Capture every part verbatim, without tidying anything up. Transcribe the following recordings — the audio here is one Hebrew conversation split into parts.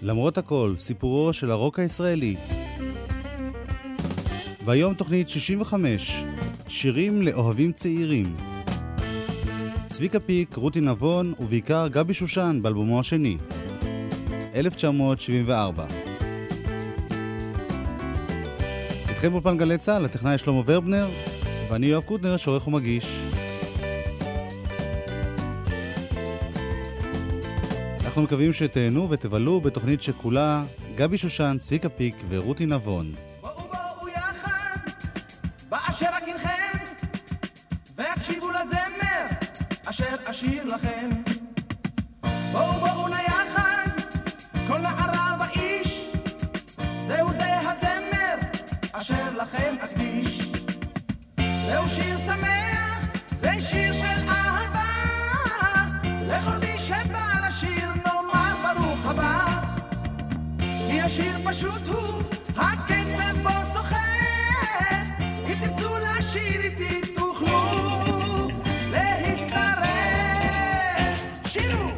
למרות הכל, סיפורו של הרוק הישראלי. והיום תוכנית שישים וחמש, שירים לאוהבים צעירים. צביקה פיק, רותי נבון ובעיקר גבי שושן באלבומו השני, אלף תשע מאות שבעים וארבע. איתכם באולפן גלי צה"ל, הטכנאי שלמה ורבנר, ואני יואב קוטנר, שעורך ומגיש. אנחנו מקווים שתהנו ותבלו בתוכנית שכולה גבי שושן, צביקה פיק ורותי נבון. בואו בואו יחד, באשר אגינכם, והקשיבו לזמר, אשר אשיר לכם. בואו בואו נייחד, כל נערה ואיש, זהו זה הזמר, אשר לכם אקדיש. זהו שיר שמח, זה שיר של אהבה, לכל מי שבא לשיר נאמר ברוך הבא. כי השיר פשוט הוא, הקצב בו סוחף, אם תרצו לשיר איתי תוכלו להצטרף. שירו!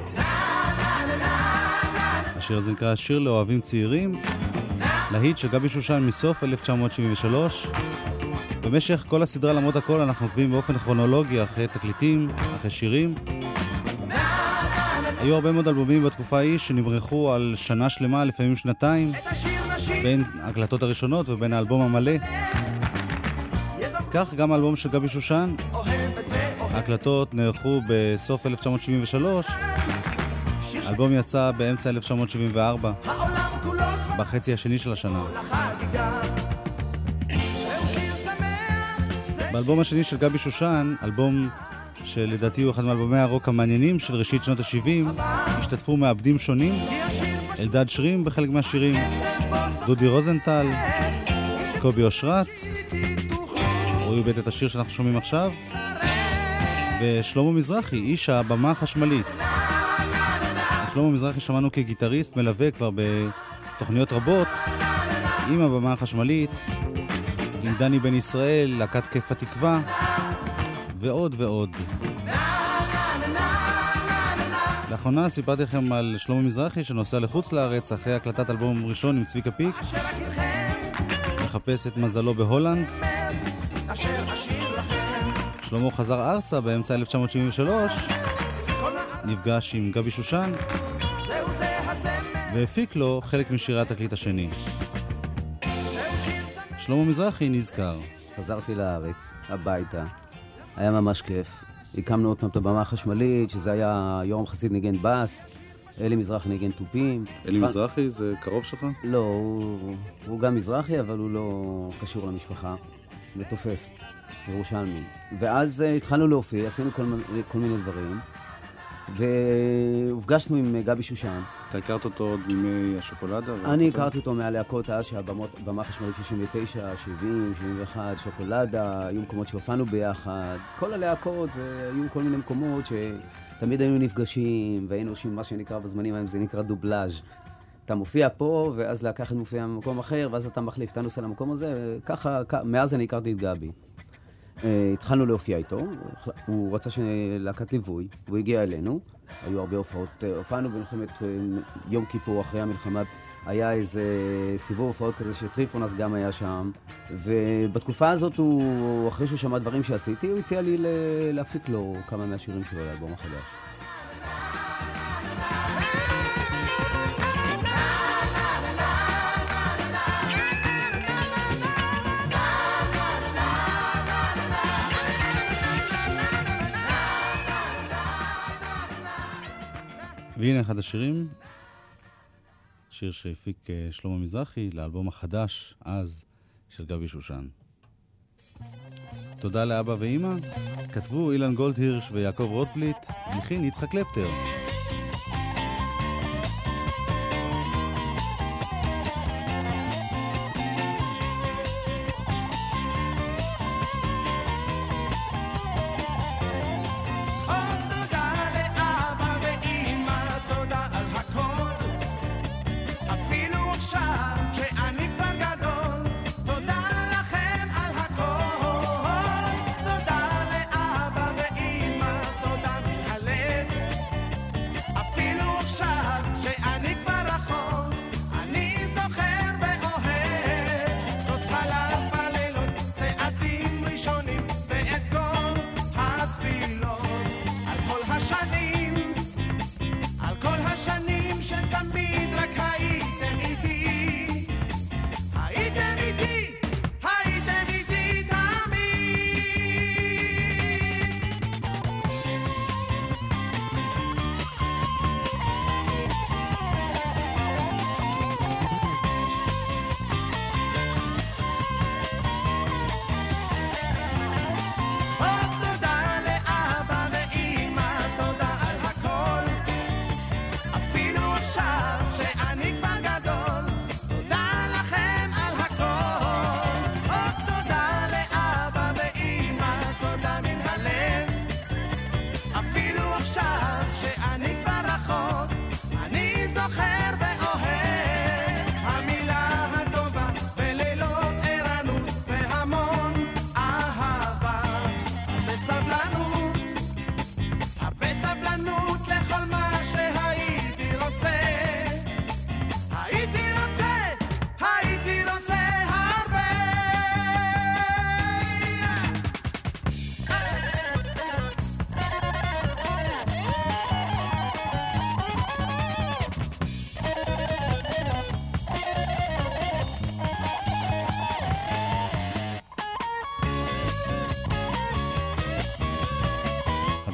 השיר הזה נקרא שיר לאוהבים צעירים, להיט של גבי שושן מסוף אלף תשע מאות שבעים ושלוש. במשך כל הסדרה למרות הכל אנחנו עוקבים באופן כרונולוגי אחרי תקליטים, אחרי שירים. היו הרבה מאוד אלבומים בתקופה ההיא שנמרחו על שנה שלמה, לפעמים שנתיים, בין ההקלטות הראשונות ובין האלבום המלא. כך גם האלבום של גבי שושן. ההקלטות נערכו בסוף אלף תשע מאות שבעים ושלוש, האלבום יצא באמצע אלף תשע מאות שבעים וארבע, בחצי השני של השנה. באלבום השני של גבי שושן, אלבום שלדעתי הוא אחד מאלבומי הרוק המעניינים של ראשית שנות ה-שבעים, השתתפו מעבדים שונים, אלדד שרים בחלק מהשירים, דודי רוזנטל, קובי אושרת, רועי בית את השיר שאנחנו שומעים עכשיו, ושלמה מזרחי, איש הבמה החשמלית. שלמה מזרחי שמענו כגיטריסט מלווה כבר בתוכניות רבות, עם הבמה החשמלית, עם דני בן ישראל, להקת כיף התקווה, ועוד ועוד. לאחרונה סיפרתי לכם על שלמה מזרחי שנוסע לחוץ לארץ אחרי הקלטת אלבום ראשון עם צביקה פיק, מחפש את מזלו בהולנד. שלמה חזר ארצה באמצע אלף תשע מאות שבעים ושלוש, נפגש עם גבי שושן והפיק לו חלק משירי התקליט השני. שלמה מזרחי נזכר. חזרתי לארץ, הביתה, היה ממש כיף. הקמנו עוד פעם את הבמה החשמלית, שזה היה יורם חסיד ניגן בס, אלי מזרחי ניגן טופים. אלי מזרחי זה קרוב שלך? לא, הוא, הוא גם מזרחי, אבל הוא לא קשור למשפחה, מתופף, ירושלמי. ואז uh, התחלנו להופיע, עשינו כל, כל מיני דברים, והופגשנו עם גבי שושן. אתה הכרת אותו עוד מימי השוקולדה? אני הכרתי אותו מהלהקות אז, שהבמה החשמלית שישים ותשע, שבעים, שבעים ואחת, שוקולדה, היו מקומות שהופענו ביחד. כל הלהקות, זה היו כל מיני מקומות שתמיד היינו נפגשים, והיינו עושים מה שנקרא בזמנים ההם, זה נקרא דובלאז'. אתה מופיע פה, ואז להקחת מופיע במקום אחר, ואז אתה מחליף, אתה נוסע למקום הזה, וככה, מאז אני הכרתי את גבי. Uh, התחלנו להופיע איתו, הוא רצה להקת ליווי, הוא הגיע אלינו, היו הרבה הופעות, הופענו במלחמת uh, יום כיפור אחרי המלחמה, היה איזה סיבוב הופעות כזה שטריפון אז גם היה שם, ובתקופה הזאת הוא, אחרי שהוא שמע דברים שעשיתי, הוא הציע לי להפיק לו כמה מהשירים שלו לאלבום החדש. והנה אחד השירים, שיר שהפיק שלמה מזרחי לאלבום החדש, אז, של גבי שושן. תודה לאבא ואמא, כתבו אילן גולדהירש ויעקב רוטבליט, מכין יצחק קלפטר.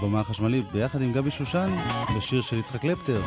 אלבומה החשמלי, ביחד עם גבי שושן, בשיר של יצחק קלפטר.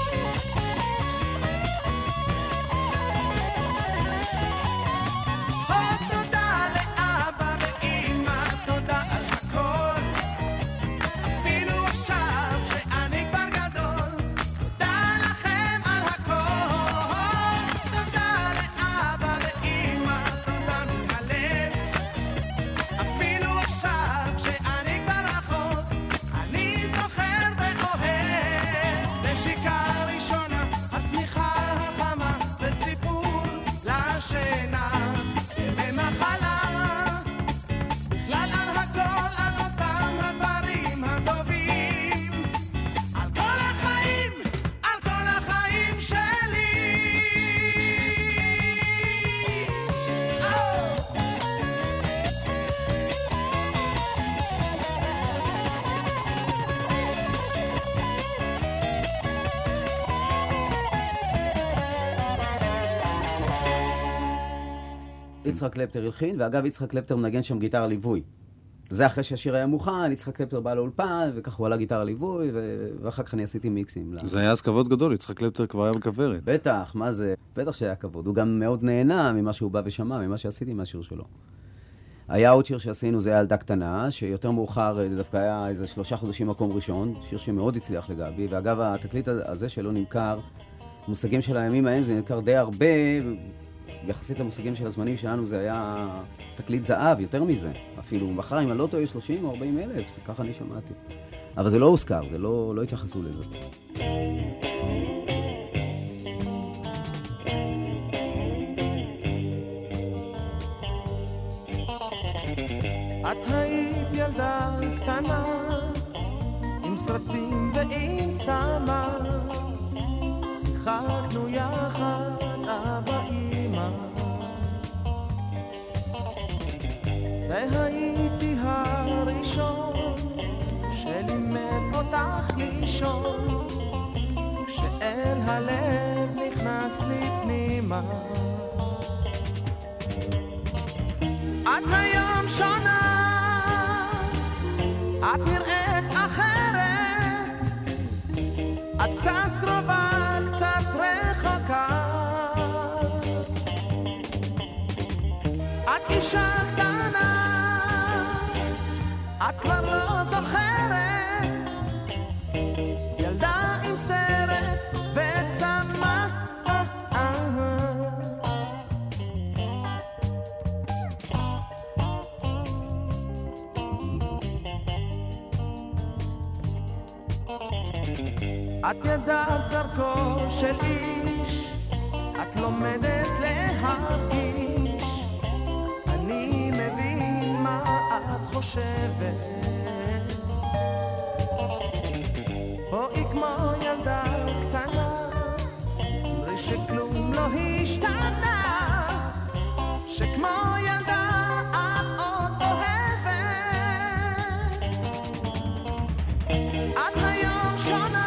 יצחק קלפטר הלחין, ואגב יצחק קלפטר מנגן שם גיטרה ליווי. זה אחרי שהשיר היה מוכן, יצחק קלפטר בא לאולפן, וכך הוא עלה גיטרה ליווי, ו... ואחר כך אני עשיתי מיקסים. זה היה אז כבוד גדול, יצחק קלפטר כבר היה בכוורת. בטח, מה זה? בטח שהיה כבוד. הוא גם מאוד נהנה ממה שהוא בא ושמע, ממה שעשיתי מהשיר שלו. היה עוד שיר שעשינו, זה היה ילדה קטנה, שיותר מאוחר דווקא היה איזה שלושה חודשים מקום ראשון, שיר שמאוד הצליח לגבי, ואגב התקליט הזה שלו נמכר, מושגים של הימים ההם זה נמכר די הרבה, יחסית למושגים של הזמנים שלנו זה היה תקליט זהב, יותר מזה. אפילו מחר, אם אני לא טועה, שלושים או ארבעים אלף, ככה אני שמעתי. אבל זה לא הוזכר, זה לא, לא התייחסו לזה. את היית ילדה קטנה, עם סרטים ועם צמא, שיחקנו יחד אבא אמא, והייתי הראשון שלימד אותך לישון, כשאל הלב נכנס לי פנימה. את היום שונה, את נראית אחרת, את קצת קרובה, קצת רחוקה, את אישה קטנה, את כבר לא זוכרת, ילדה עם סרט וצמא. את ידעת דרכו של איש, את לומדת להרגיש, אני מבין מה את חושבת, בואי כמו ילדה קטנה, אמרי שכלום לא השתנה, שכמו ילדה את עוד אוהבת, את היום שונה,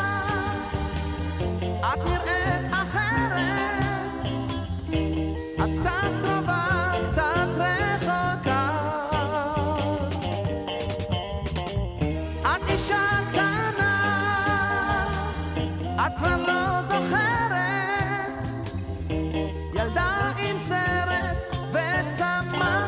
את נראית אחרת, את קצת קרובה, קצת רחוקה, את אישה קטנה, את כבר לא זוכרת, ילדה עם סרט וצמא.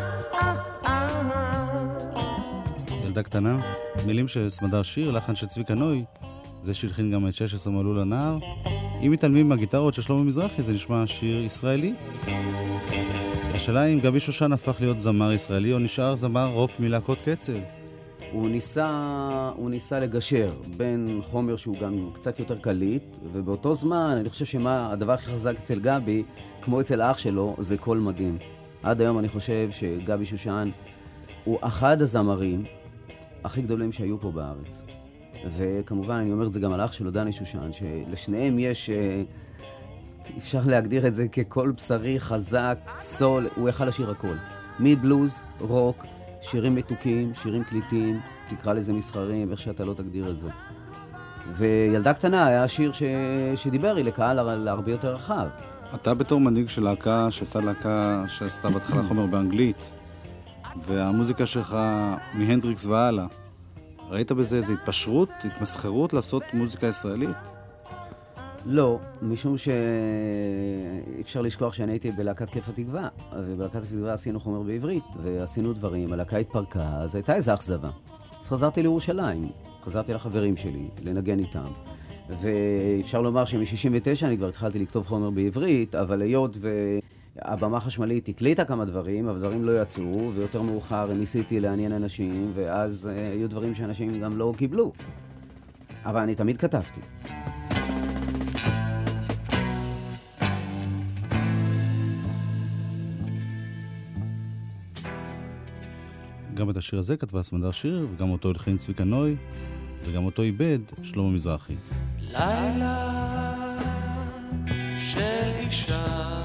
ילדה קטנה, מילים של סמדר שיר, לחן של צביקה נוי, זה שהלחין גם את שש עשרה מלול הנער. אם מתעלמים מהגיטרות של שלמה מזרחי, זה נשמע שיר ישראלי. השאלה אם גבי שושן הפך להיות זמר ישראלי או נשאר זמר רוק מלהקות קצב. הוא ניסה, הוא ניסה לגשר בין חומר שהוא גם קצת יותר קליט, ובאותו זמן אני חושב שמה הדבר הכי חזק אצל גבי, כמו אצל האח שלו, זה קול מדהים. עד היום אני חושב שגבי שושן הוא אחד הזמרים הכי גדולים שהיו פה בארץ. וכמובן אני אומר את זה גם על האח שלו דני שושן, שלשניהם יש, אפשר להגדיר את זה כקול בשרי, חזק, סול, הוא יכל לשיר הכל. מבלוז, רוק, שירים מתוקים, שירים קליטים, תקרא לזה מסחרים, איך שאתה לא תגדיר את זה. וילדה קטנה היה שיר ש... שדיבר לי לקהל הרבה יותר רחב. אתה בתור מנהיג של להקה, שהייתה להקה שעשתה בהתחלה חומר באנגלית, והמוזיקה שלך מהנדריקס והלאה, ראית בזה איזו התפשרות, התמסחרות לעשות מוזיקה ישראלית? לא, משום שאפשר לשכוח שאני הייתי בלהקת כיף התקווה, ובלהקת התקווה עשינו חומר בעברית, ועשינו דברים, הלהקה התפרקה, אז הייתה איזו אכזבה. אז חזרתי לירושלים, חזרתי לחברים שלי, לנגן איתם, ואפשר לומר שמ-שישים ותשע אני כבר התחלתי לכתוב חומר בעברית, אבל היות והבמה החשמלית הקליטה כמה דברים, אבל דברים לא יצאו, ויותר מאוחר ניסיתי לעניין אנשים, ואז היו דברים שאנשים גם לא קיבלו. אבל אני תמיד כתבתי. גם את השיר הזה כתבה סמדר שיר, וגם אותו הלחין צביקה נוי, וגם אותו איבד שלמה מזרחי. לילה של אישה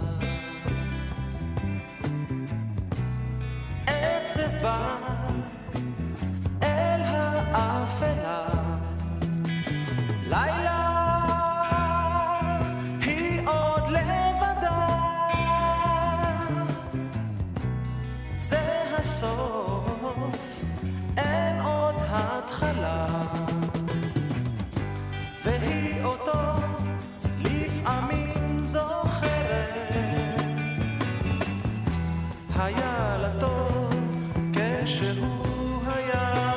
עצב בא אל האפלה, לילה היא עוד לבדה, זה הסוף, אין עוד התחלה, והיא אותו לפעמים זוכרת, היה לה טוב כשהוא היה,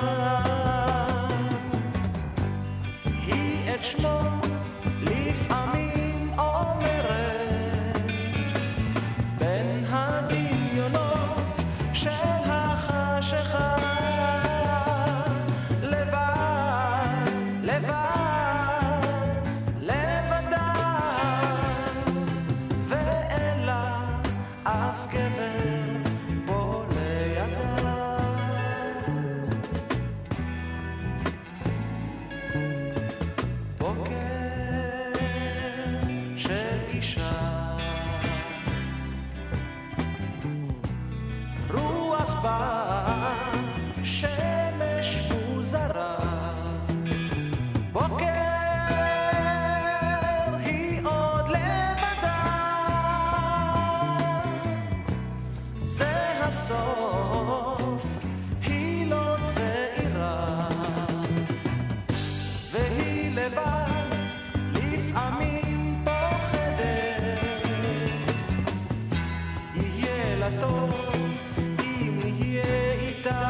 היא את שמו לפעמים אומרת, בין הדמיונות של החשיכה, לבד, לבד, לבדה, ואין לה אף גבר בו לידה. בוקר של אישה, רוח בא, שמש מוזרה, בוקר היא עוד לבדה, זה הסוף, היא לא צעירה, והיא לבד לפעמים פוחדת, יהיה לה טוב אם יהיה איתה,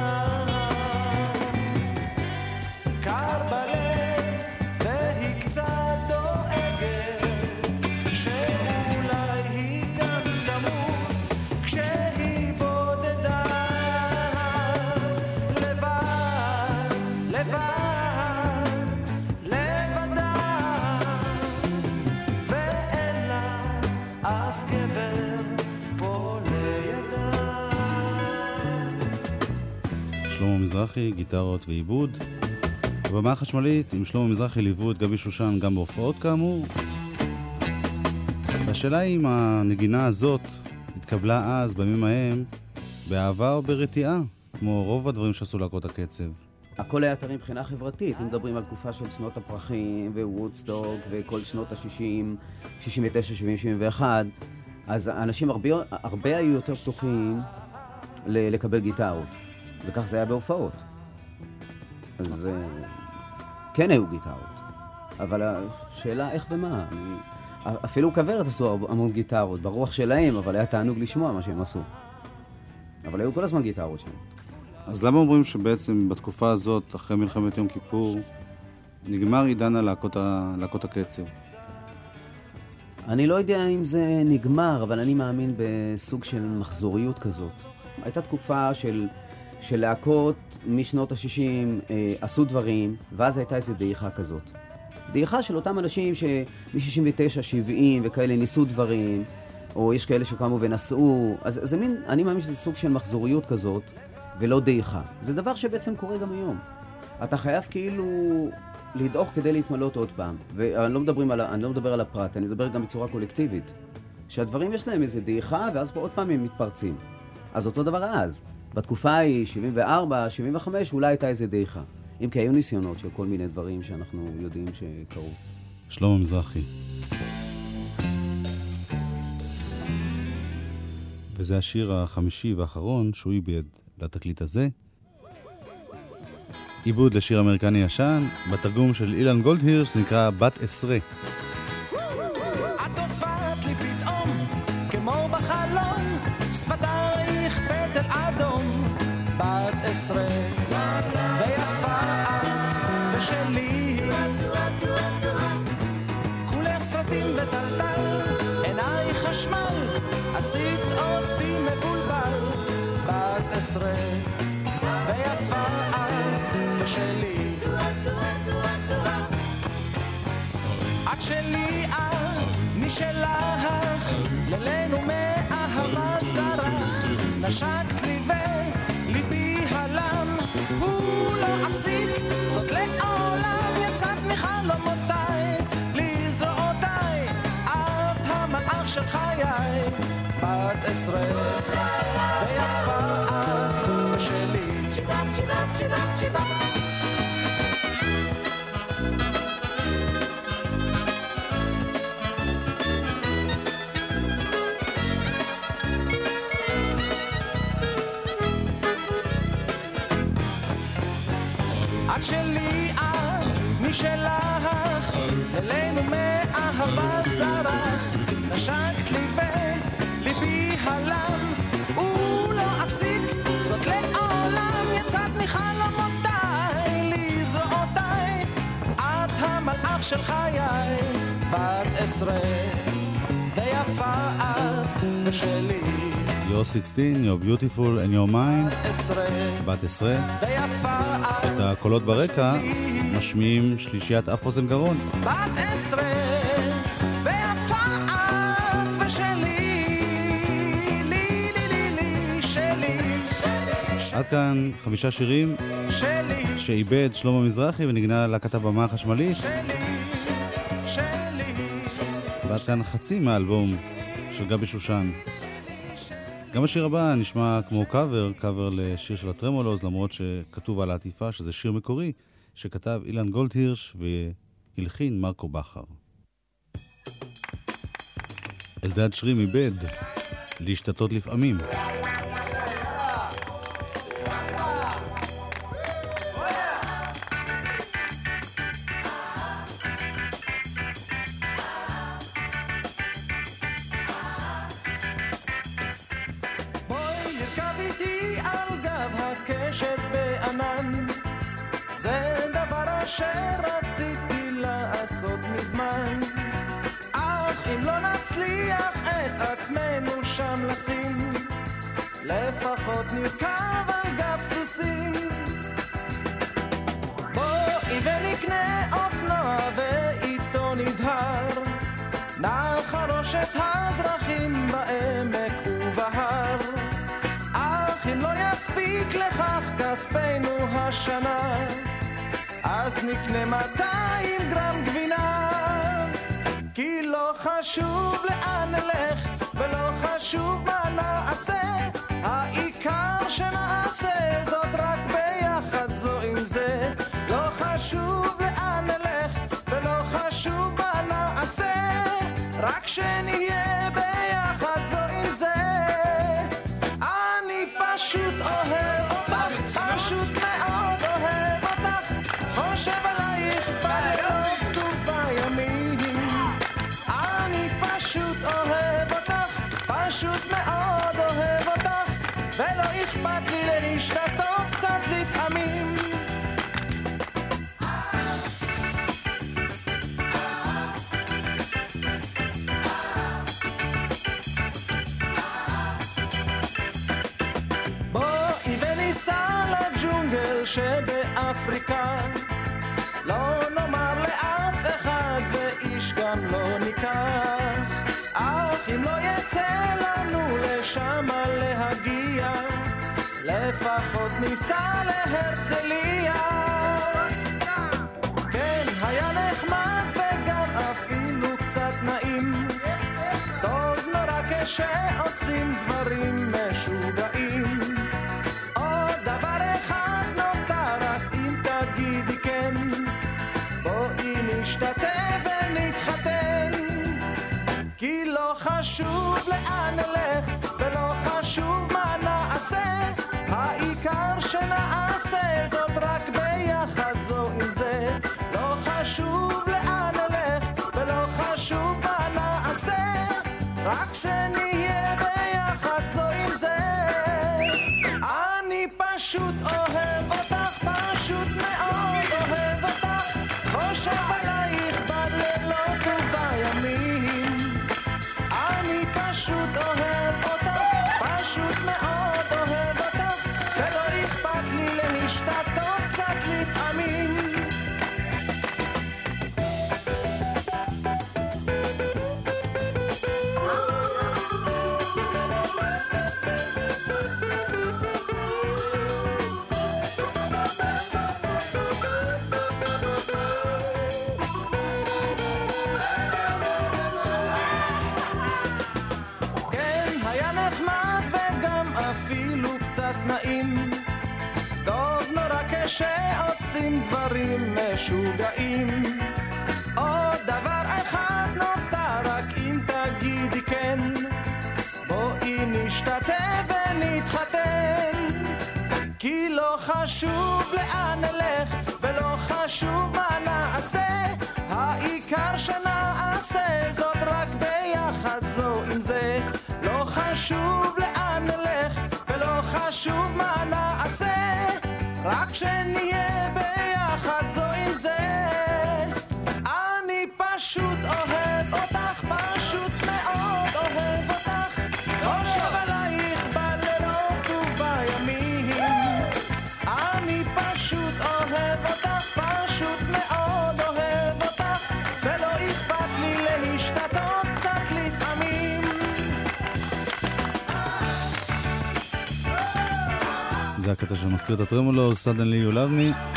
קר בלב והיא קצת דואגת, שאולי היא גם תמות כשהיא בודדה, לבד, לבד, לבדה, ואין לה אף גבר פה לידה. שלמה מזרחי, גיטרות ועיבוד. בבמה החשמלית עם שלמה מזרחי ליוו את גבי שושן גם בהופעות כאמור. והשאלה היא אם הנגינה הזאת התקבלה אז, בימים ההם, באהבה או ברתיעה, כמו רוב הדברים שעשו להקות הקצב. הכל היה אתרים מבחינה חברתית, אם מדברים על תקופה של שנות הפרחים ווודסטוק וכל שנות ה-שישים, שישים ותשע, שבעים, שבעים ואחת, אז האנשים הרבה, הרבה היו יותר פתוחים ל- לקבל גיטרות, וכך זה היה בהופעות. אז כן היו גיטרות, אבל השאלה איך ומה. אני... אפילו כברת עשו המון גיטרות, ברוח שלהם, אבל היה תענוג לשמוע מה שהם עשו. אבל היו כל הזמן גיטרות שם. אז למה אומרים שבעצם בתקופה הזאת, אחרי מלחמת יום כיפור, נגמר עידן הלהקות, ה... להקות הקצב? אני לא יודע אם זה נגמר, אבל אני מאמין בסוג של מחזוריות כזאת. הייתה תקופה של, של להקות משנות ה-שישים אה, עשו דברים, ואז הייתה איזו דעיכה כזאת. דעיכה של אותם אנשים שמ-שישים ותשע, שבעים וכאלה ניסו דברים, או יש כאלה שקמו ונסעו. אז זה מין, אני מאמין שזה סוג של מחזוריות כזאת, ולא דעיכה. זה דבר שבעצם קורה גם היום. אתה חייב כאילו לדעוך כדי להתמלות עוד פעם. ואני לא מדבר על, אני לא מדבר על הפרט, אני מדבר גם בצורה קולקטיבית. שהדברים יש להם איזו דעיכה, ואז פה עוד פעם הם מתפרצים. אז אותו דבר אז. בתקופה ההיא, שבעים וארבע, שבעים וחמש, אולי הייתה איזו דעיכה. אם כי היו ניסיונות של כל מיני דברים שאנחנו יודעים שקרו. שלמה מזרחי. וזה השיר החמישי והאחרון שהוא איבד לתקליט הזה. עיבוד לשיר אמריקני ישן, בתרגום של אילן גולדהירש, נקרא בת עשרה. את הופעת לי פתאום, כמו בחלום, שפתייך פטל אדום, בת עשרה, ויפה את ושלי, כולך סרטים וטלטל, עיניי חשמל, עשית אותי מבולבל, בת עשרה, ויפה את ושלי, את שלי את משלך, ללינו מאהבה זרח, נשקת לי וליבי הלם, הוא לא אפסיק, זאת לעולם, יצאת מחלומותיי, לזרועותיי, את המלאך של חיי, בת עשרה, ויפה את ושלי, צ'יבק צ'יבק צ'יבק צ'יבק. את שלי את משלך, אלינו מאהבה זרח, נשקת לי וליבי הלם, הוא לא אפסיק, זאת לעולם, יצאת מחלומותיי, לזרועותיי, את המלאך של חיי, בת עשרה, ויפה את ושלי. You're sixteen, you're beautiful and you're mine. בת עשרה. את הקולות ברקע משמיעים שלישיית אף אוזן גרון. בת עשרה, ויפה את ושלי, לי לי לי לי שלי. עד כאן חמישה שירים שאיבד שלמה מזרחי ונגנה להקת הבמה החשמלית. ועד כאן חצי מהאלבום של גבי שושן. גם השיר הבא נשמע כמו קאבר, קאבר לשיר של הטרמולוז, למרות שכתוב על העטיפה שזה שיר מקורי שכתב אילן גולדהירש והלחין מרקו בכר. אלדד שרים איבד להשתתות לפעמים. שרציתי לעשות מזמן, אך אם לא נצליח את עצמנו שם לשים, לפחות נרכב על גב סוסים. בואי ונקנה אופנוע ואיתו נדהר, נחרוש את הדרכים בעמק ובהר, אך אם לא יספיק לכך כספנו השנה, אז נקנה מאתיים גרם גבינה, כי לא חשוב לאן נלך ולא חשוב מה נעשה, העיקר שנעשה זאת רק ביחד זו עם זה. לא חשוב לאן נלך ולא חשוב מה נעשה, רק שנהיה ביחד זו עם זה. אני פשוט אוהב אותך, פשוט מאוד אוהב אותך, חושב עלייך בלילות ובימים. אני פשוט אוהב אותך, פשוט מאוד אוהב אותך, ולא אכפת לי להשתתות קצת לפעמים. בואי וניסע לג'ונגל שבאפריקה, לא נאמר לאף אחד ואיש גם לא ניקח, אך אם לא יצא לנו לשם להגיע, לפחות ניסע להרצליה. כן, היה נחמד וגם אפילו קצת נעים, טוב נורא כשעושים דברים משוגעים. עוד דבר אחד נותר, רק אם תגידי כן, בואי נשתתף ונתחתן, כי לא חשוב לאן נלך ולא חשוב מה נעשה, העיקר שנעשה זאת רק ביחד. רק שנהיה ביחד זו עם זה. אני פשוט אוהב אותך, פשוט מאוד אוהב אותך, חושב עלייך בלילות ובימים. אני פשוט אוהב אותך, פשוט מאוד אוהב אותך, ולא אכפת לי להשתתות קצת לפעמים. שעושים דברים משוגעים. עוד דבר אחד נותר, רק אם תגידי כן, בואי נשתתף ונתחתן. כי לא חשוב לאן נלך ולא חשוב מה נעשה, העיקר שנעשה זאת רק ביחד זו עם זה. לא חשוב לאן נלך ולא חשוב מה נעשה, רק שנהיה ביחד זו עם זה. אני פשוט אוהב אותך, פשוט מאוד אוהב אותך, חושב עלייך בלילות ובימים. אני פשוט אוהב אותך, פשוט מאוד אוהב אותך, ולא אכפת לי להשתתות קצת לפעמים. זה הקטע שמזכיר את הטרמולוס, Suddenly You Love Me.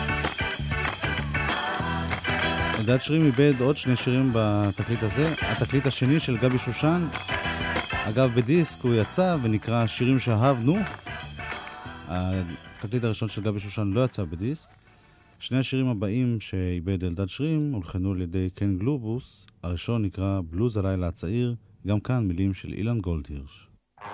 אלדד שרים איבד עוד שני שירים בתקליט הזה. התקליט השני של גבי שושן, אגב בדיסק הוא יצא ונקרא שירים שאהבנו. התקליט הראשון של גבי שושן לא יצא בדיסק. שני השירים הבאים שאיבד אלדד שרים הולחנו על ידי קן גלובוס. הראשון נקרא בלוז הלילה הצעיר, גם כאן מילים של אילן גולדהירש.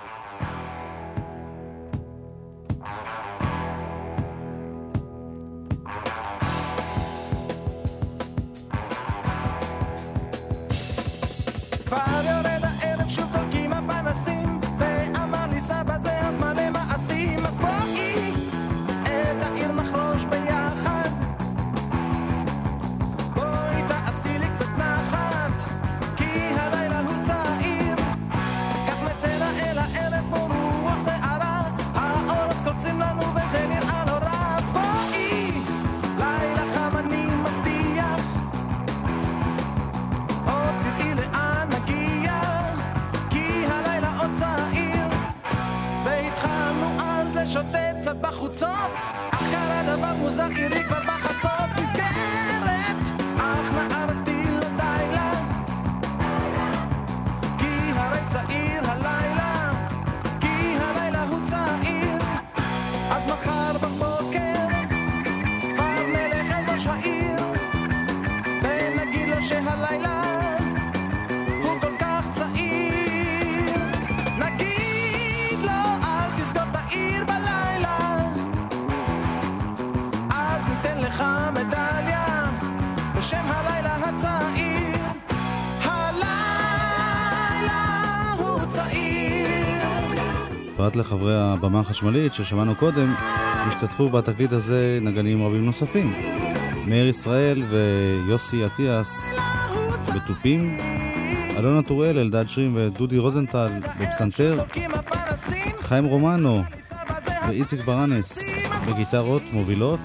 פרט לחברי הבמה החשמלית ששמענו קודם, השתתפו בתקליט הזה נגנים רבים נוספים. מאיר ישראל ויוסי עטיאס בטופים, אלונה טוראל, אלדד שרים ודודי רוזנטל בפסנתר, חיים רומנו ואיציק ברנס בגיטרות מובילות,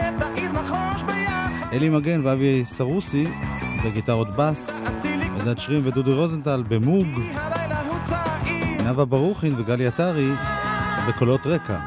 אלי מגן ואבי סרוסי בגיטרות בס, אלדד שרים ודודי רוזנטל במוג, נווה ברוכין וגלי עטרי בקולות רקע.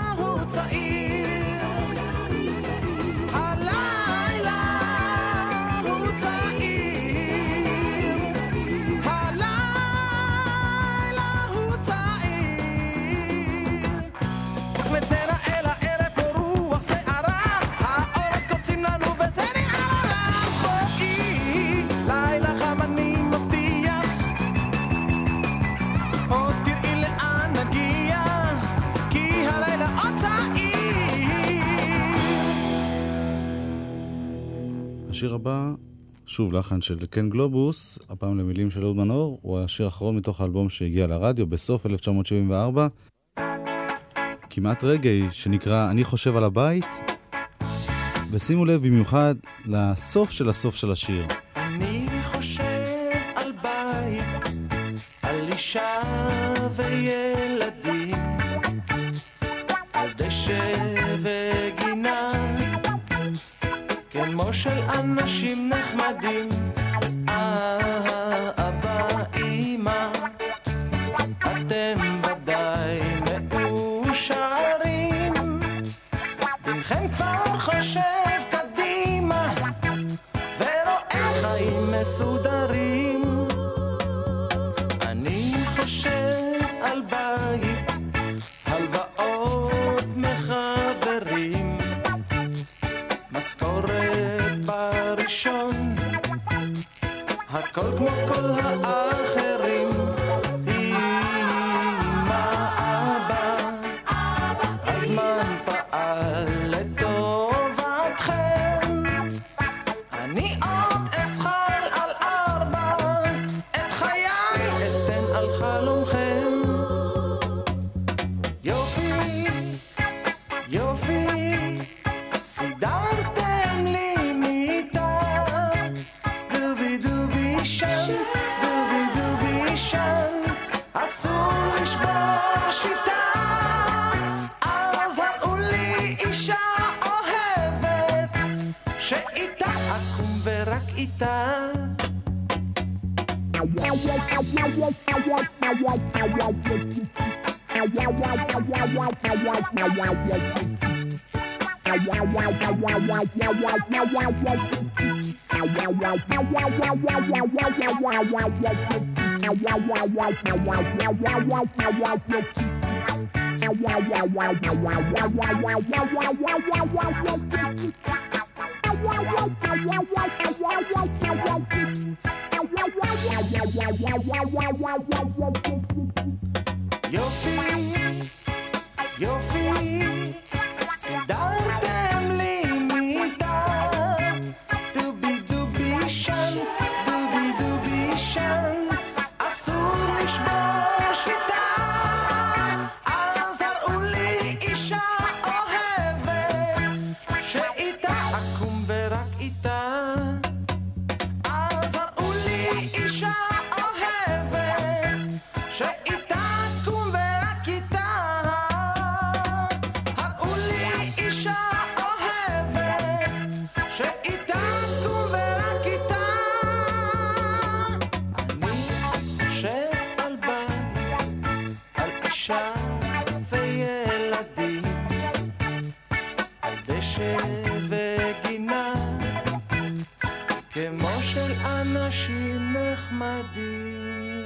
השיר הבא שוב לחן של קן גלובוס, הפעם למילים של אהוד מנור, הוא השיר האחרון מתוך האלבום שהגיע לרדיו בסוף אלף תשע מאות שבעים וארבע. כמעט רגעי שנקרא אני חושב על הבית, ושימו לב במיוחד לסוף של הסוף של השיר. אני חושב על בית, על אישה וילדים, על דשא וגינה, כמו של אנשים נחמדים. אבא, אמא, אתם ודאי מאושרים, בנכם כבר חושב קדימה ורואה חיים מסודרים. אני חושב על בית, הלוואות מחברים, משכורת בראשון, הכל כמו כל האחרים. אמא, אבא, הזמן פעל לטובתכם, אני עוד אסחל על ארבע, את חיי אתן על חלומכם. יופי, יופי, סידרתם לי מיטה, דובי דובי שם, דובי דובי שם, אסור לשבור שיטה, אז הראו לי אישה אוהבת, שאיתה אקום ורק איתה. יופי, יופי, סידרתם לי מיטה, דובי דובי שם, דובי דובי שם, אסור לשבור שיטה, אז הראו לי אישה אוהבת, שאיתה אקום ורק איתה, אז הראו לי אישה אוהבת, שאיתה אקום ורק איתה, הראו לי אישה אוהבת, שאיתה אקום ורק איתה. אני חושב על בית, על אישה וילדים, על דשא וגינה, כמו של אנשים נחמדים.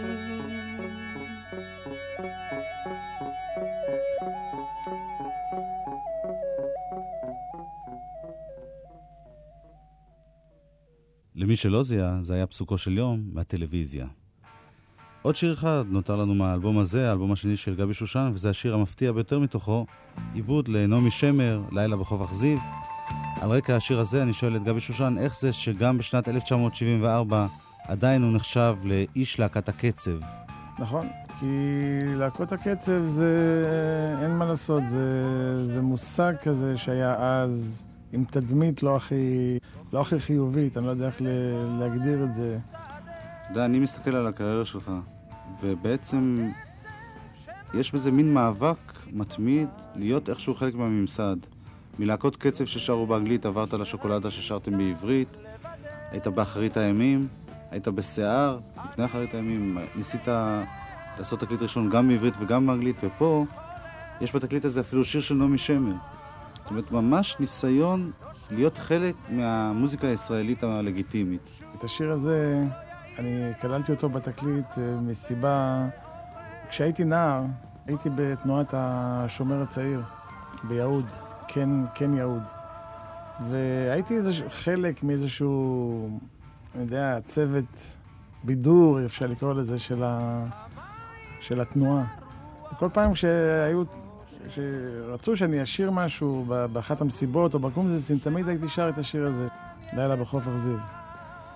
למי שלא זיהה, זה היה פסוקו של יום מהטלוויזיה. עוד שיר אחד נותר לנו מהאלבום הזה, האלבום השני של גבי שושן, וזה השיר המפתיע ביותר מתוכו, עיבוד לנעמי שמר, לילה בחוף אכזיב. על רקע השיר הזה אני שואל את גבי שושן, איך זה שגם בשנת אלף תשע מאות שבעים וארבע עדיין הוא נחשב לאיש להקת הקצב? נכון, כי להקות הקצב זה, אין מה לעשות, זה, זה מושג כזה שהיה אז עם תדמית לא הכי, לא הכי חיובית, אני לא יודע איך להגדיר את זה. אתה יודע, אני מסתכל על הקריירה שלך, ובעצם יש בזה מין מאבק מתמיד להיות איכשהו חלק מהממסד. מלהקות קצב ששרו באנגלית עברת לשוקולדה ששרתם בעברית, היית באחרית הימים, היית בשיער, לפני אחרית הימים, ניסית לעשות תקליט ראשון גם בעברית וגם באנגלית, ופה יש בתקליט הזה אפילו שיר של נעמי שמר. זאת אומרת, ממש ניסיון להיות חלק מהמוזיקה הישראלית הלגיטימית. את השיר הזה, אני כללתי אותו בתקליט מסיבה, כשהייתי נער, הייתי בתנועת השומר הצעיר, ביהוד, כן, כן יהוד. והייתי איזה חלק מאיזשהו, אני יודע, צוות בידור, אפשר לקרוא לזה, של, ה... של התנועה. וכל פעם שהיו, שרצו שאני אשיר משהו באחת המסיבות או בקומזיסים, תמיד הייתי שר את השיר הזה, לילה בחוף אכזיב.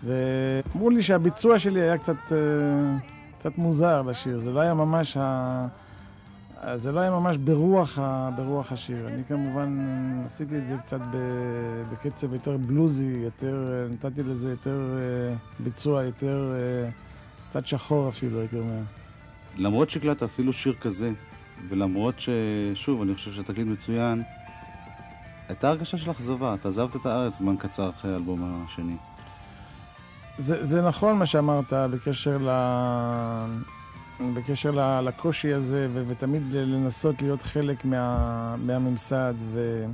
ואמרו לי שהביצוע שלי היה קצת, קצת מוזר לשיר, זה לא היה ממש, ה... זה לא היה ממש ברוח, ה... ברוח השיר. אני כמובן עשיתי את זה קצת בקצב יותר בלוזי, יותר, נתתי לזה יותר ביצוע, יותר, קצת שחור אפילו, הייתי אומר. למרות שקלט אפילו שיר כזה, ולמרות ששוב, אני חושב שהתקליט מצוין, הייתה הרגשה של אכזבה, אתה עזבת את הארץ זמן קצר אחרי האלבום השני. זה, זה נכון מה שאמרת בקשר, ל... בקשר ל... לקושי הזה, ו... ותמיד לנסות להיות חלק מה... מהממסד. ו...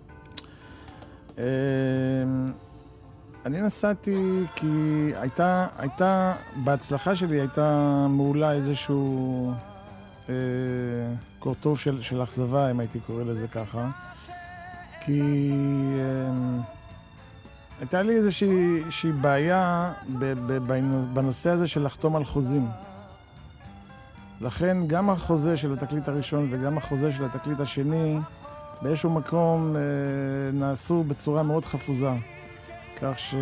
אני נסעתי כי הייתה, הייתה, בהצלחה שלי הייתה מעולה איזשהו אה, קורטוב של, של אכזבה, אם הייתי קורא לזה ככה. כי אה, הייתה לי איזושהי, איזושהי בעיה ב, ב, בנושא הזה של לחתום על חוזים. לכן גם החוזה של התקליט הראשון וגם החוזה של התקליט השני באיזשהו מקום אה, נעשו בצורה מאוד חפוזה. כך שאם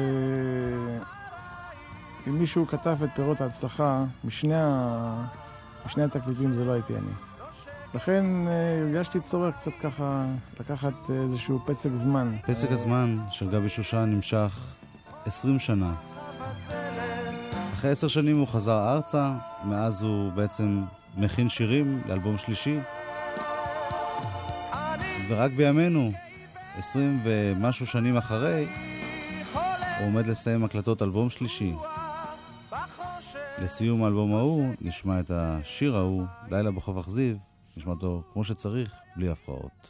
מישהו כתב את פירות ההצלחה, משני, ה... משני התקליטים זה לא הייתי אני. לכן הרגשתי צורך קצת ככה לקחת איזשהו פסק זמן. פסק הזמן של גבי שושן נמשך עשרים שנה. אחרי עשר שנים הוא חזר ארצה, מאז הוא בעצם מכין שירים לאלבום שלישי. ורק בימינו, עשרים ומשהו שנים אחרי, הוא עומד לסיים הקלטות אלבום שלישי. לסיום האלבום ההוא נשמע את השיר ההוא, לילה בחוף אכזיב, נשמע אותו כמו שצריך, בלי הפרעות.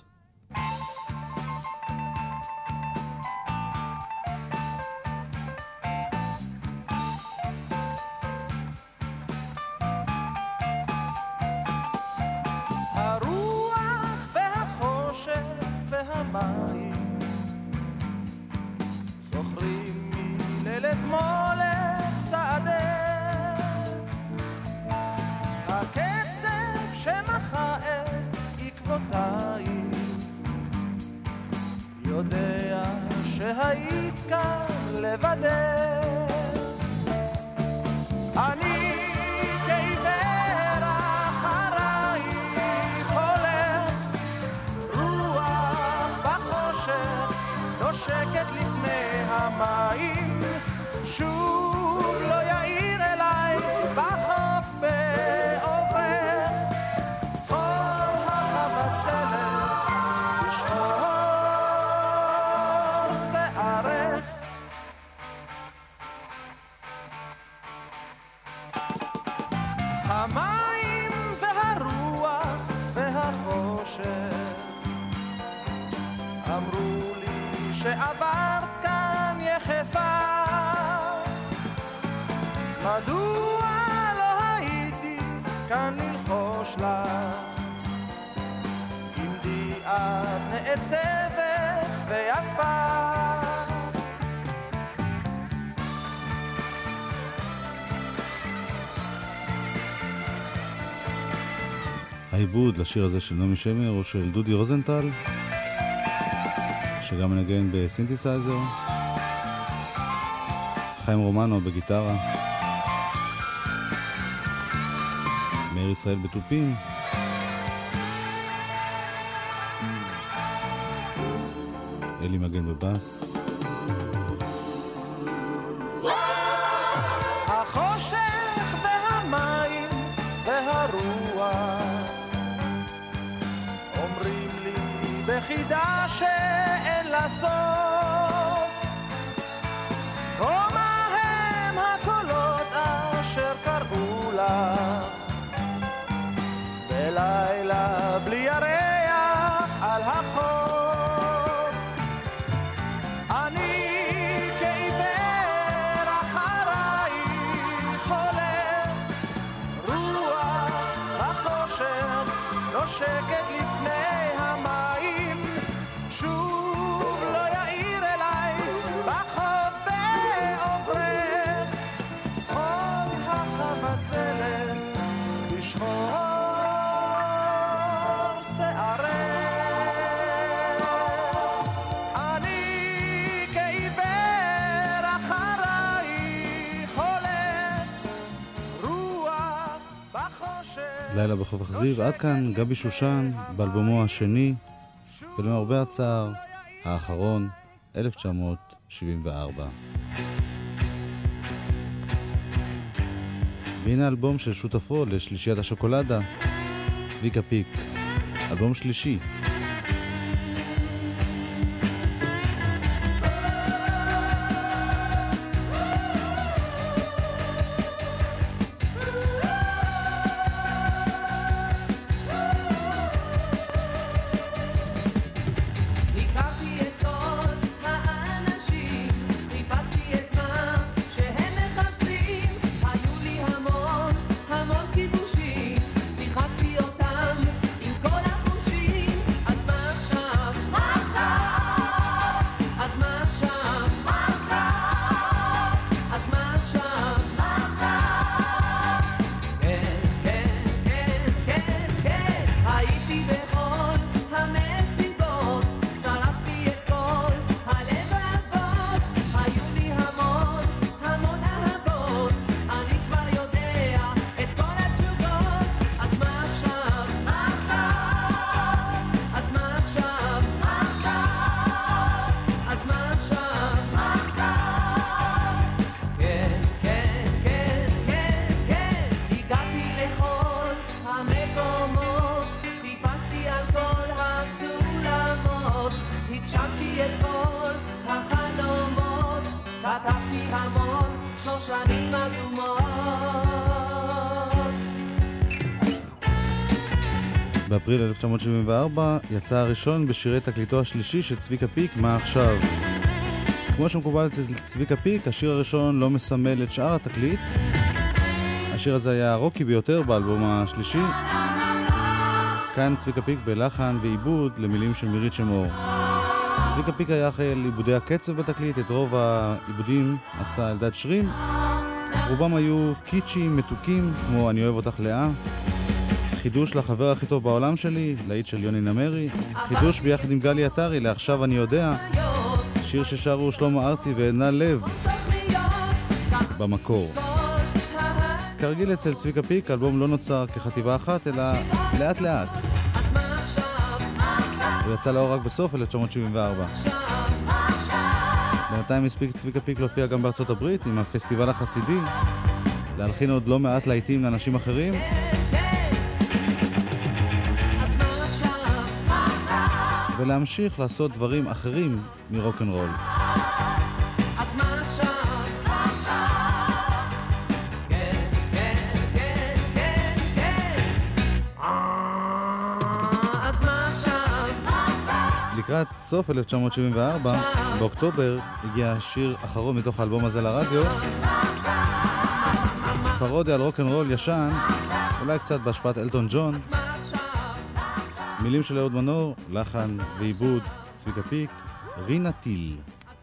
הרוח והחושך והמים זוכרים מליל אתמול את צעדך, הקצב שמחה את עקבותייך, יודע שהיית כאן לבדך. אני כעיוור אחרייך הולך, רוח בחושך נושקת לפני המים, שוב לא יאיר אליי בחוף בעוברך, זכור החבצלת לשחור שערך. המים והרוח והחושך אמרו לי שעברת כאן יחפה, מדוע לא הייתי כאן ללחוש לך, עמדי את נעצבת ויפה. העיבוד לשיר הזה של נעמי שמר או של דודי רוזנטל, שגם מנגן בסינתסייזר, חיים רומנו בגיטרה, מאיר ישראל בטופים, אלי מגן בבאס. החושך והמים והרוח אומרים לי בחידה שאין לה סוף, ומה הם הקולות אשר קראו לך בלילה בלי ירח על החוף. אני כעיוור אחרייך הולך, רוח החושך נושקת לפני המים, שוב לא יאיר לילה בחוף אכזיב. עד כאן גבי שושן באלבומו השני, ולמרבה הצער, האחרון, אלף תשע מאות שבעים וארבע. והנה אלבום של שותפו לשלישיית השוקולדה, צביקה פיק. אלבום שלישי. באפריל אלף תשע מאות שבעים וארבע יצא הראשון בשירי תקליטו השלישי של צביקה פיק, מה עכשיו? כמו שמקובל אצל צביקה פיק, השיר הראשון לא מסמל את שאר התקליט. השיר הזה היה הרוקי ביותר באלבום השלישי. כאן צביקה פיק בלחן ועיבוד למילים של מירית שמור. צביקה פיק היה אחראי על עיבודי הקצב בתקליט, את רוב העיבודים עשה אלדד שרים. רובם היו קיצ'ים, מתוקים, כמו אני אוהב אותך לאה. חידוש לחבר הכי טוב בעולם שלי, להיט של יוני נמרי. חידוש ביחד עם גלי עטרי, לעכשיו אני יודע. שיר ששרו שלמה ארצי ועדנה לב במקור. כרגיל אצל צביקה פיק, האלבום לא נוצר כחטיבה אחת, אלא לאט לאט. הוא יצא לאור רק בסוף אלף תשע מאות שבעים וארבע. בינתיים הספיק צביקה פיק להופיע גם בארצות הברית עם הפסטיבל החסידי, להלחין עוד לא מעט להיטים לאנשים אחרים, ולהמשיך לעשות דברים אחרים מרוק'נ'רול. לקראת סוף אלף תשע מאות שבעים וארבע, באוקטובר, הגיע שיר אחרון מתוך האלבום הזה לרדיו, פרודיה על רוק'נ'רול ישן, אולי קצת בהשפעת אלטון ג'ון, מילים של אהוד מנור, לחן ועיבוד צביקה פיק, רינה טיל.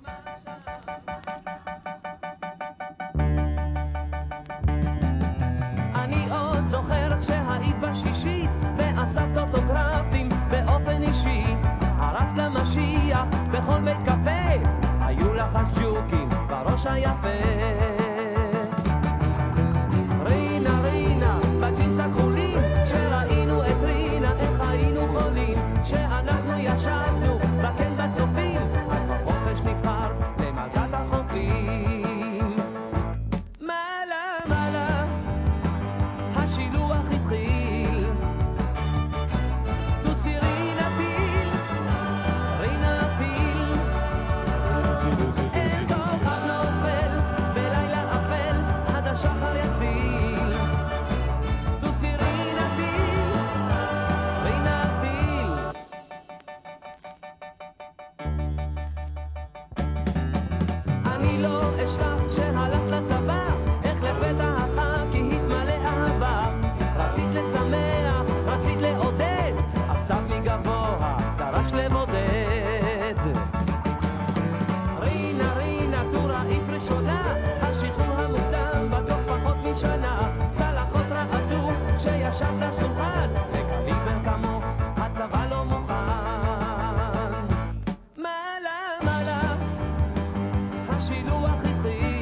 אני עוד זוכרת שהיית בשישית ואספת אוטוגרפים באופן אישי, ערפת למשיח בכל בית קפה, היו לך ג'וקים בראש היפה. רינה רינה בג'ינס הכחולים, כשראינו את רינה איך היינו חולים, שאנחנו ישבנו בקן בצופים, אז בחופש נבחר למלכת החופים. מעלה מעלה השילוח התחיל, דוסי רינה פיל, רינה פיל, אל כוכב נופל בלילה אפל עד השחר יציל, דוסי רינה פיל, רינה פיל. אני לא אשכח שהלכת לצבא, איך לפתע הח"כי התמלא אהבה, רצית לשמח, רצית לעודד, אך צף מגבוה דרש לבודד. רינה רינה טוראית ראשונה, השחרור המוקדם בטוח פחות משנה, צלחות רעדו כשישב לשולחן, לקליבר כמוך הצבא לא מוכן. מעלה מעלה השילוח התחיל,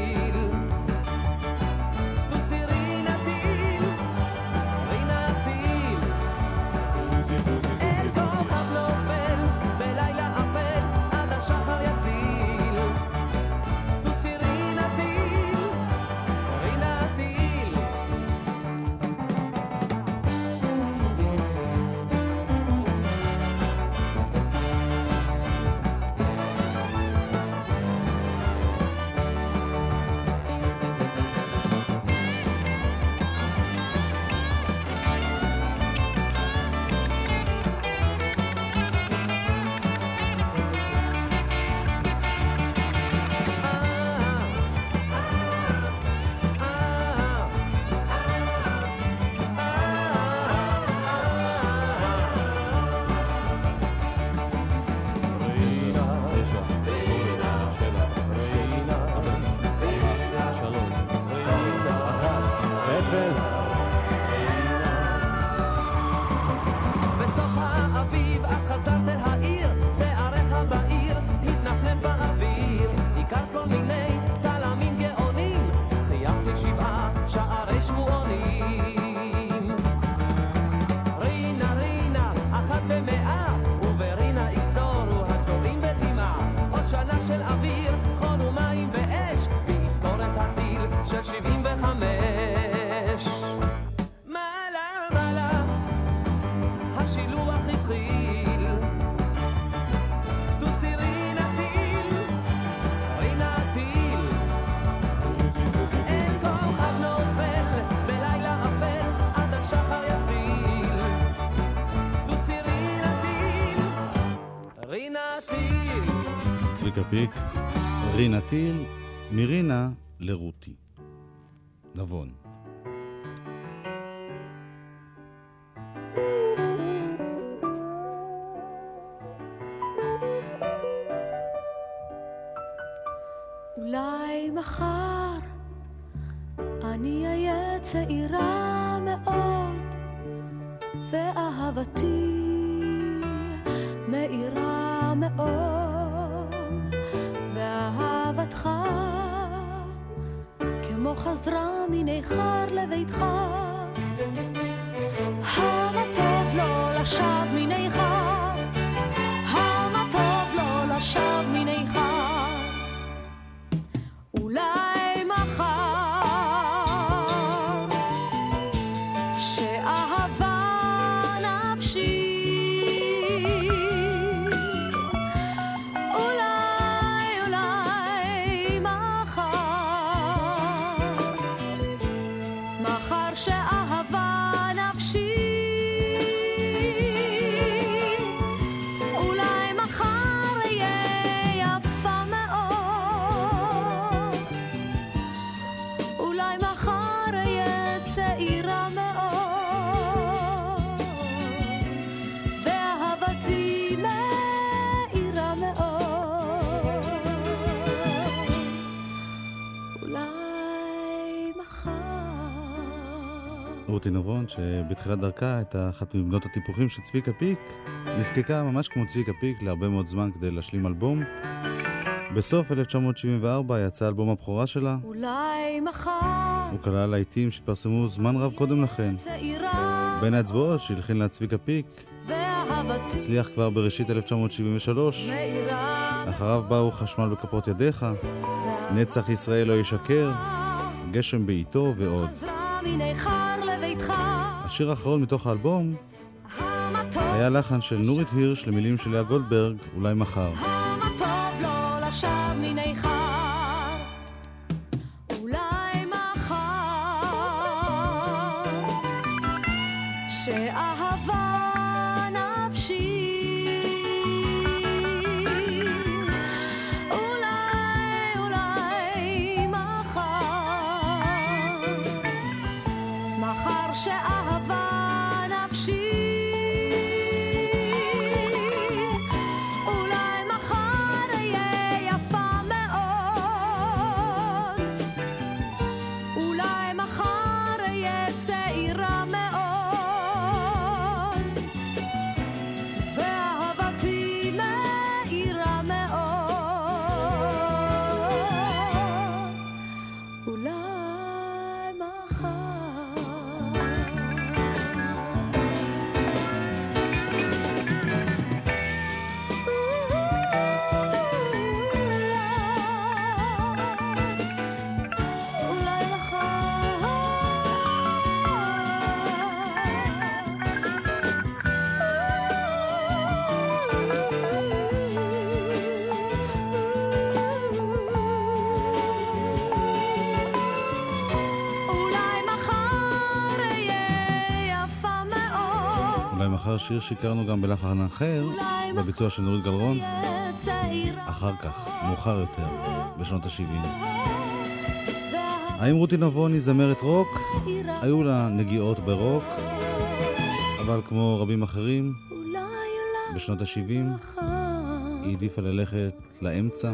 צביקה פיק, רינה טיל, מרינה לרותי. נבון. אולי מחר אני אהיה צעירה מאוד ואהבתי מאירה מאוד ואהבתך כמו חזרה מניחר לביתך המה טוב לא לשב מניחר המה טוב לא לשב מניחר אולי מחר שאהבה נפשי אולי אולי מחר מחר שאהבה נפשי אולי מחר יהיה יפה מאוד אולי מחר יהיה צעירה מאוד ואהבתי מאירה מאוד אולי מחר רותי נבון, שבתחילת דרכה הייתה אחת מבנות הטיפוחים של צביקה פיק, נזקקה ממש כמו צביקה פיק להרבה מאוד זמן כדי להשלים אלבום. בסוף אלף תשע מאות שבעים וארבע יצא אלבום הבכורה שלה. אולי מחר הוא כלל להיטים שהתפרסמו זמן רב קודם לכן. צעירה בין האצבעות שהלחין לה צביקה פיק, ואהבתי הצליח כבר בראשית אלף תשע מאות שבעים ושלוש. מאירה אחריו באו חשמל בכפות ידיך, נצח ישראל לא ישקר, גשם בעיתו ועוד. חזרה מניחר לביתך השיר האחרון מתוך האלבום המה טוב היה לחן של נורית הירש למילים של לאה גולדברג, אולי מחר. המה טוב לא לשב מניחר אולי מחר שאהבה נפשי אולי אולי מחר מחר שאהבה נפשי אולי מחר יהיה יפה מאוד אולי מחר יהיה צעירה מאוד ואהבתי מאירה מאוד אולי מחר אולי אולי מחר יהיה יפה מאוד אולי מחר שיר שהכרנו גם בלחן אחר, אולי בביצוע של נורית גלרון, יהיה צעירה אחר כך, מאוחר יותר, בשנות ה-שבעים. האם רותי נבון היא זמרת רוק? היו לה נגיעות ברוק, אבל כמו רבים אחרים, אולי אולי בשנות ה-שבעים מחר היא העדיפה ללכת לאמצע,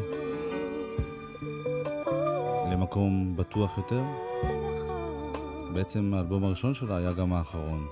למקום בטוח יותר. בעצם האלבום הראשון שלה היה גם האחרון.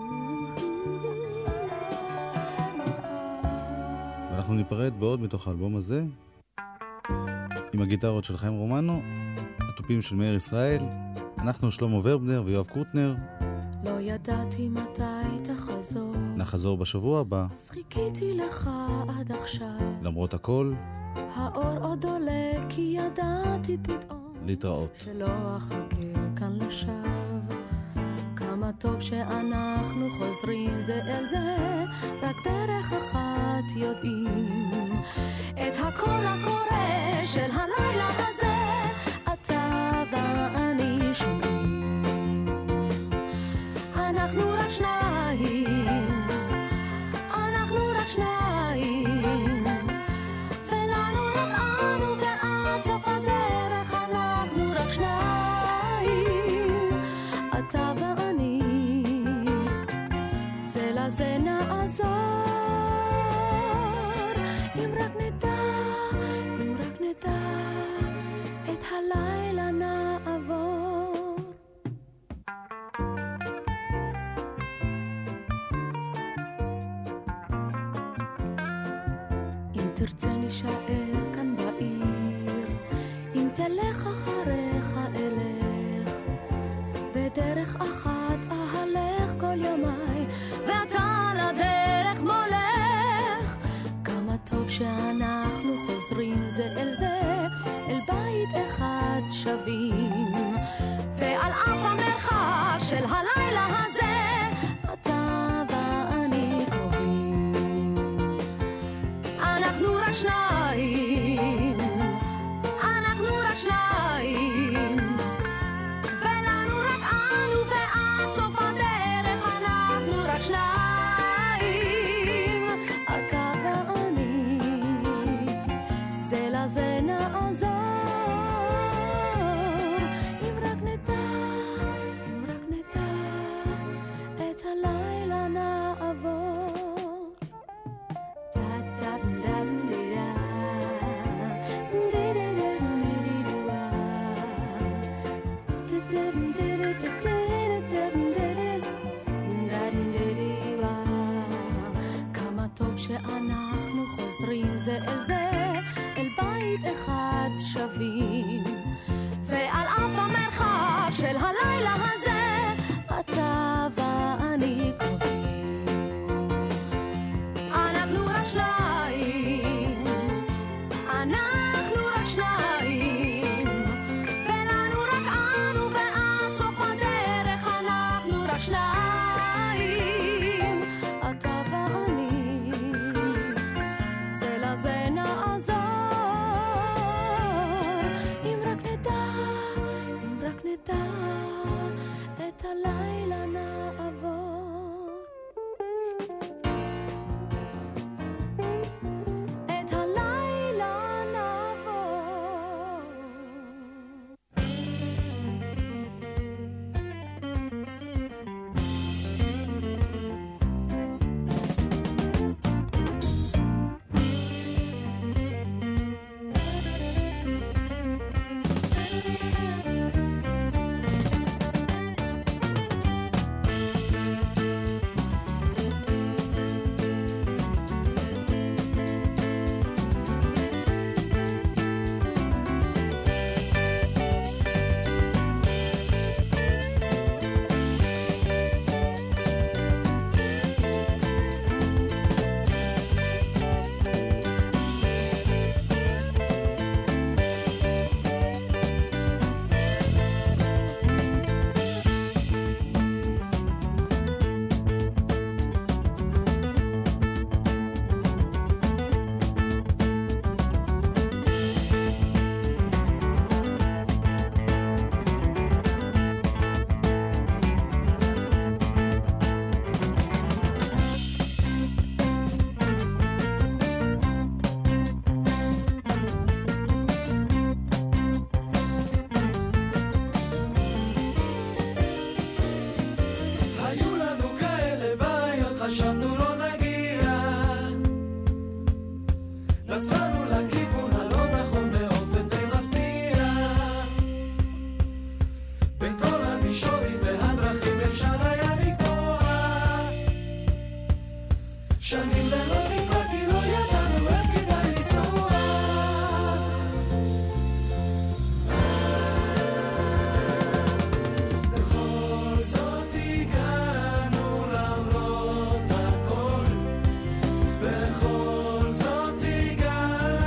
ואנחנו ניפרד בעוד מתוך האלבום הזה, עם הגיטרות של חיים רומנו, התופים של מאיר ישראל, אנחנו שלמה ורבנר ויואב קוטנר. לא ידעתי מתי תחזור נחזור בשבוע הבא, אז חיכיתי לך עד עכשיו למרות הכל, האור עוד עולה כי ידעתי פתאום להתראות. שלא אחכה כאן לשווא כמה טוב שאנחנו חוזרים זה אל זה רק דרך אחת יודעים את הקול הקורא של הלילה הזה אתה ואני שומעים אנחנו רק שניים אנחנו רק שניים ולנו רק לזה נעזור, אם רק נדע, אם רק נדע, את הלילה נעבור. אם תרצה להישאר כאן בעיר, אם תלך אחריך אלך, בדרך אחת אהלך כל ימיי, ואתה לדרך מולך. כמה טוב שאנחנו חוזרים זה אל זה, אל בית אחד שווים, ועל אף המרחק של הלילה הזה, אתה ואני קרובים. אנחנו רק שניים, אנחנו רק שניים, ולנו רק אנו ועד סוף הדרך, אנחנו רק שניים, אתה ואני, זה לזה נעזור, אם רק נדע, אם רק נדע, את הלילה נעבור. כמה טוב שאנחנו חוזרים זה אל זה, אל בית אחד שווים, ועל אף המרחק של הלילה הזה, אתה ואני קרובים. אנחנו רק שניים, אנחנו רק שניים, ולנו רק אנו ועד סוף הדרך, אנחנו רק שניים, אתה ואני, זה לזה נעזור, אם רק נדע, אם רק נדע, את הלילה נעבור. את הלילה נעבור. בכל זאת הגענו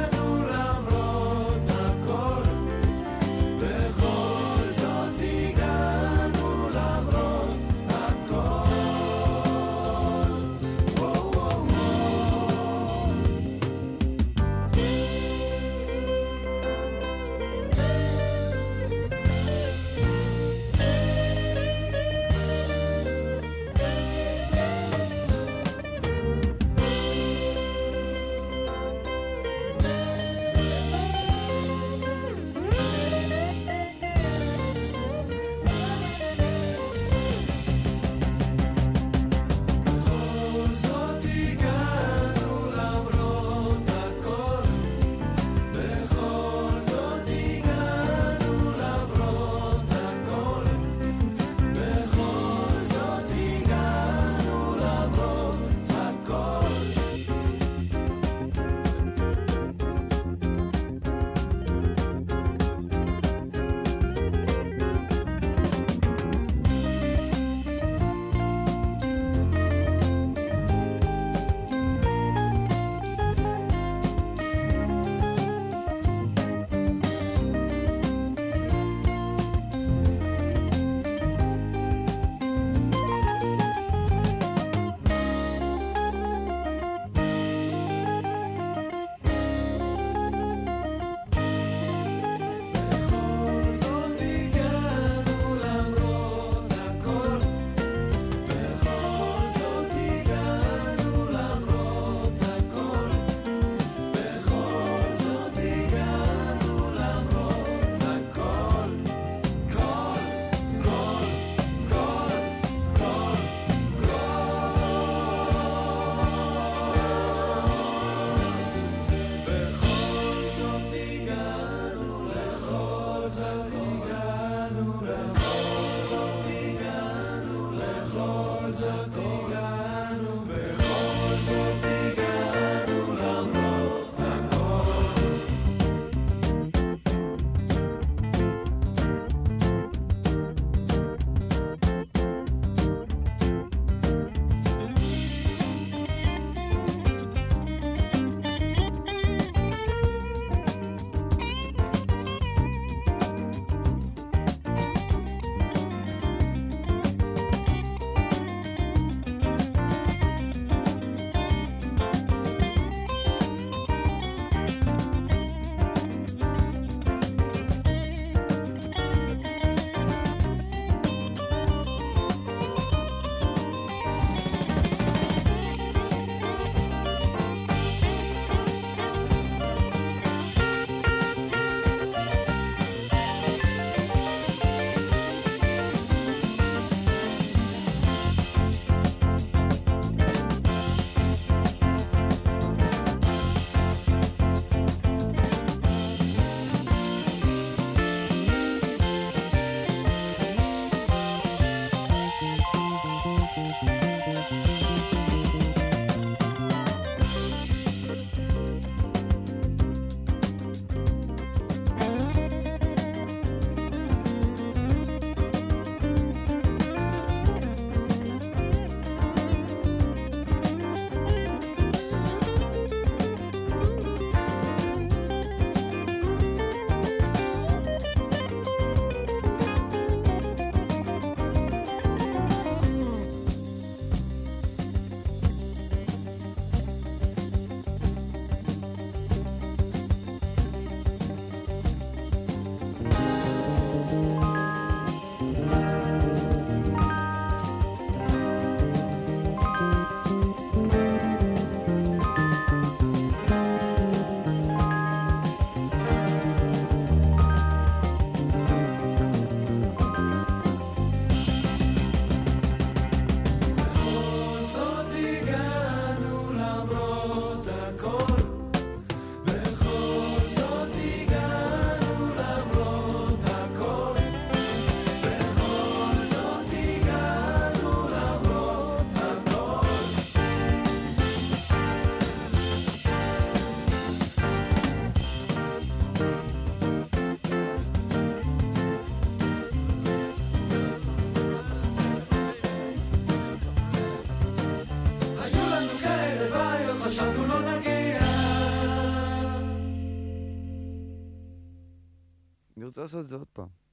אני רוצה לעשות את זה עוד פעם.